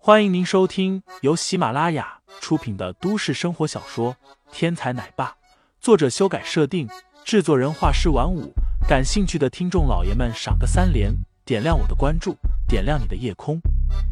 欢迎您收听由喜马拉雅出品的都市生活小说《天才奶爸》，作者修改设定，制作人画师晚舞。感兴趣的听众老爷们赏个3连，点亮我的关注，点亮你的夜空。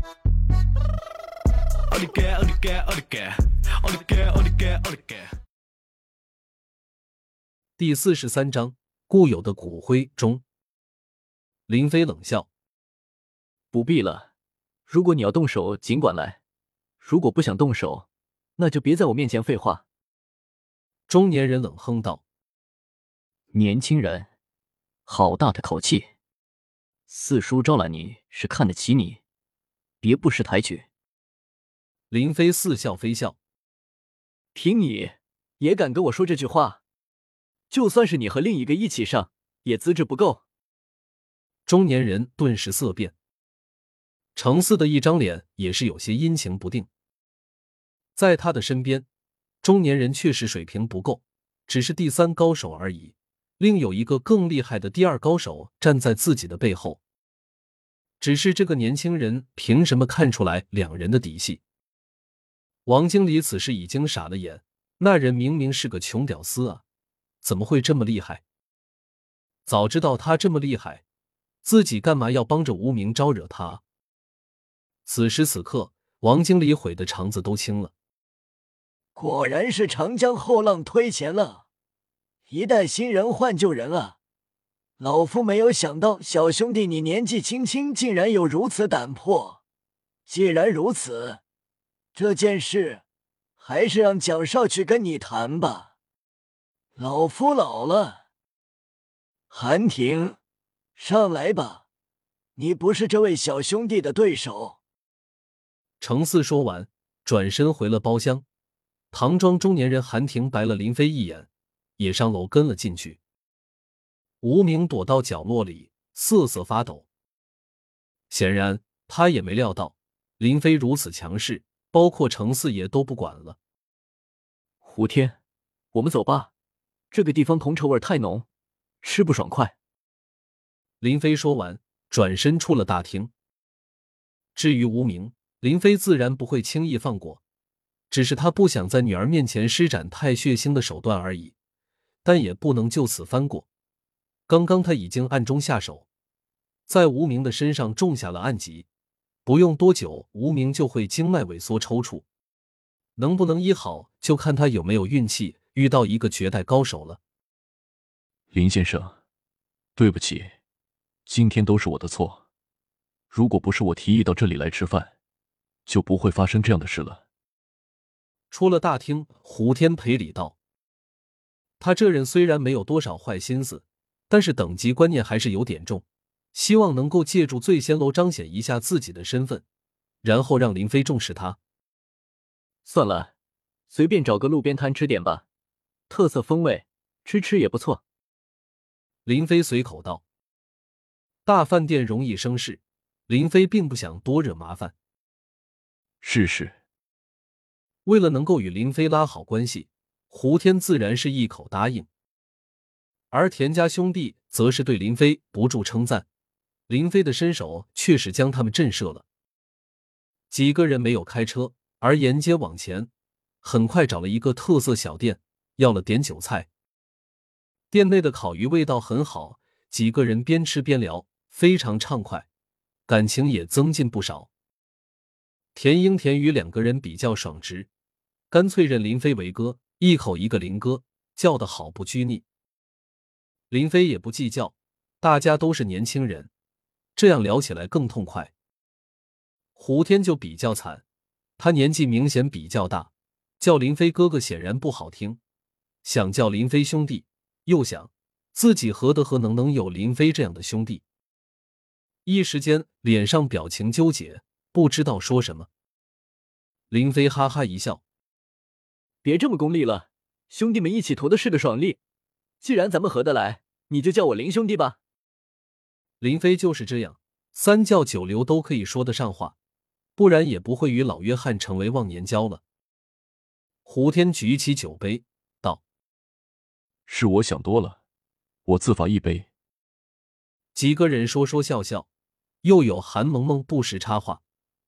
第43章固有的骨灰中，林飞冷笑： 不必了，如果你要动手尽管来，如果不想动手，那就别在我面前废话。 中年人冷哼道： 年轻人，好大的口气，四叔招揽你是看得起你，别不识抬举。 林飞似笑非笑： 凭你也敢跟我说这句话？就算是你和另一个一起上，也资质不够。 中年人顿时色变，程四的一张脸也是有些阴晴不定。在他的身边，中年人确实水平不够，只是第3高手而已，另有一个更厉害的第2高手站在自己的背后。只是这个年轻人凭什么看出来两人的底细？王经理此时已经傻了眼，那人明明是个穷屌丝啊，怎么会这么厉害？早知道他这么厉害，自己干嘛要帮着无名招惹他？此时此刻，王经理悔得肠子都青了。 果然是长江后浪推前浪，一代新人换旧人啊！老夫没有想到小兄弟你年纪轻轻竟然有如此胆魄。既然如此，这件事还是让蒋少去跟你谈吧。老夫老了。韩婷，上来吧，你不是这位小兄弟的对手。 程四说完，转身回了包厢。唐装中年人韩婷白了林飞一眼，也上楼跟了进去。无名躲到角落里，瑟瑟发抖。显然他也没料到林飞如此强势，包括程四也都不管了。 胡天，我们走吧，这个地方铜臭味太浓，吃不爽快。 林飞说完，转身出了大厅。至于无名，林飞自然不会轻易放过，只是他不想在女儿面前施展太血腥的手段而已，但也不能就此翻过。刚刚他已经暗中下手，在无名的身上种下了暗疾，不用多久无名就会经脉萎缩抽搐，能不能医好就看他有没有运气遇到一个绝代高手了。 林先生，对不起，今天都是我的错，如果不是我提议到这里来吃饭，就不会发生这样的事了。 出了大厅，胡天赔礼道：他这人虽然没有多少坏心思，但是等级观念还是有点重，希望能够借助醉仙楼彰显一下自己的身份，然后让林飞重视他。 算了，随便找个路边摊吃点吧，特色风味，吃也不错。 林飞随口道。大饭店容易生事，林飞并不想多惹麻烦。 是。 为了能够与林飞拉好关系，胡天自然是一口答应。而田家兄弟则是对林飞不住称赞，林飞的身手确实将他们震慑了。几个人没有开车，而沿街往前，很快找了一个特色小店，要了点酒菜。店内的烤鱼味道很好，几个人边吃边聊，非常畅快，感情也增进不少。田英田与2个人比较爽直，干脆认林飞为哥，一口一个林哥，叫得好不拘泥。林飞也不计较，大家都是年轻人，这样聊起来更痛快。胡天就比较惨，他年纪明显比较大，叫林飞哥哥显然不好听，想叫林飞兄弟，又想自己何德何能有林飞这样的兄弟，一时间脸上表情纠结，不知道说什么。林飞哈哈一笑： 别这么功利了，兄弟们一起图的是个爽利，既然咱们合得来，你就叫我林兄弟吧。 林飞就是这样，3教9流都可以说得上话，不然也不会与老约翰成为忘年交了。胡天举起酒杯道： 是我想多了，我自罚一杯。 几个人说说笑笑，又有韩萌萌不时插话，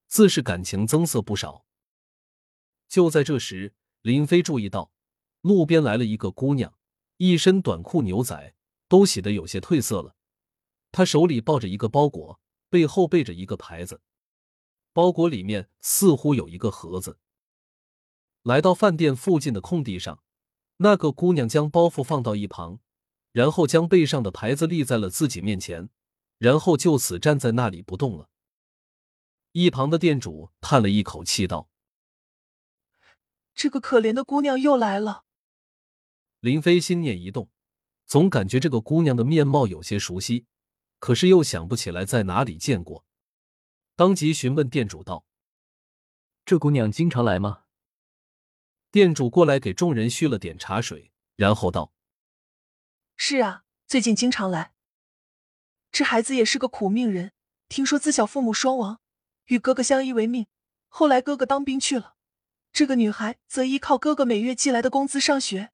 自是感情增色不少。就在这时，林飞注意到路边来了一个姑娘，一身短裤牛仔，都洗得有些褪色了。她手里抱着一个包裹，背后背着一个牌子，包裹里面似乎有一个盒子。来到饭店附近的空地上，那个姑娘将包袱放到一旁，然后将背上的牌子立在了自己面前，然后就此站在那里不动了。一旁的店主叹了一口气道： 这个可怜的姑娘又来了。 林飞心念一动，总感觉这个姑娘的面貌有些熟悉，可是又想不起来在哪里见过，当即询问店主道： 这姑娘经常来吗？ 店主过来给众人续了点茶水，然后道： 是啊，最近经常来。这孩子也是个苦命人，听说自小父母双亡，与哥哥相依为命，后来哥哥当兵去了，这个女孩则依靠哥哥每月寄来的工资上学。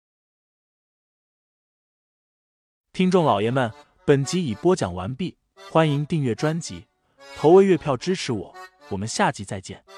听众老爷们，本集已播讲完毕，欢迎订阅专辑，投喂月票支持我，我们下集再见。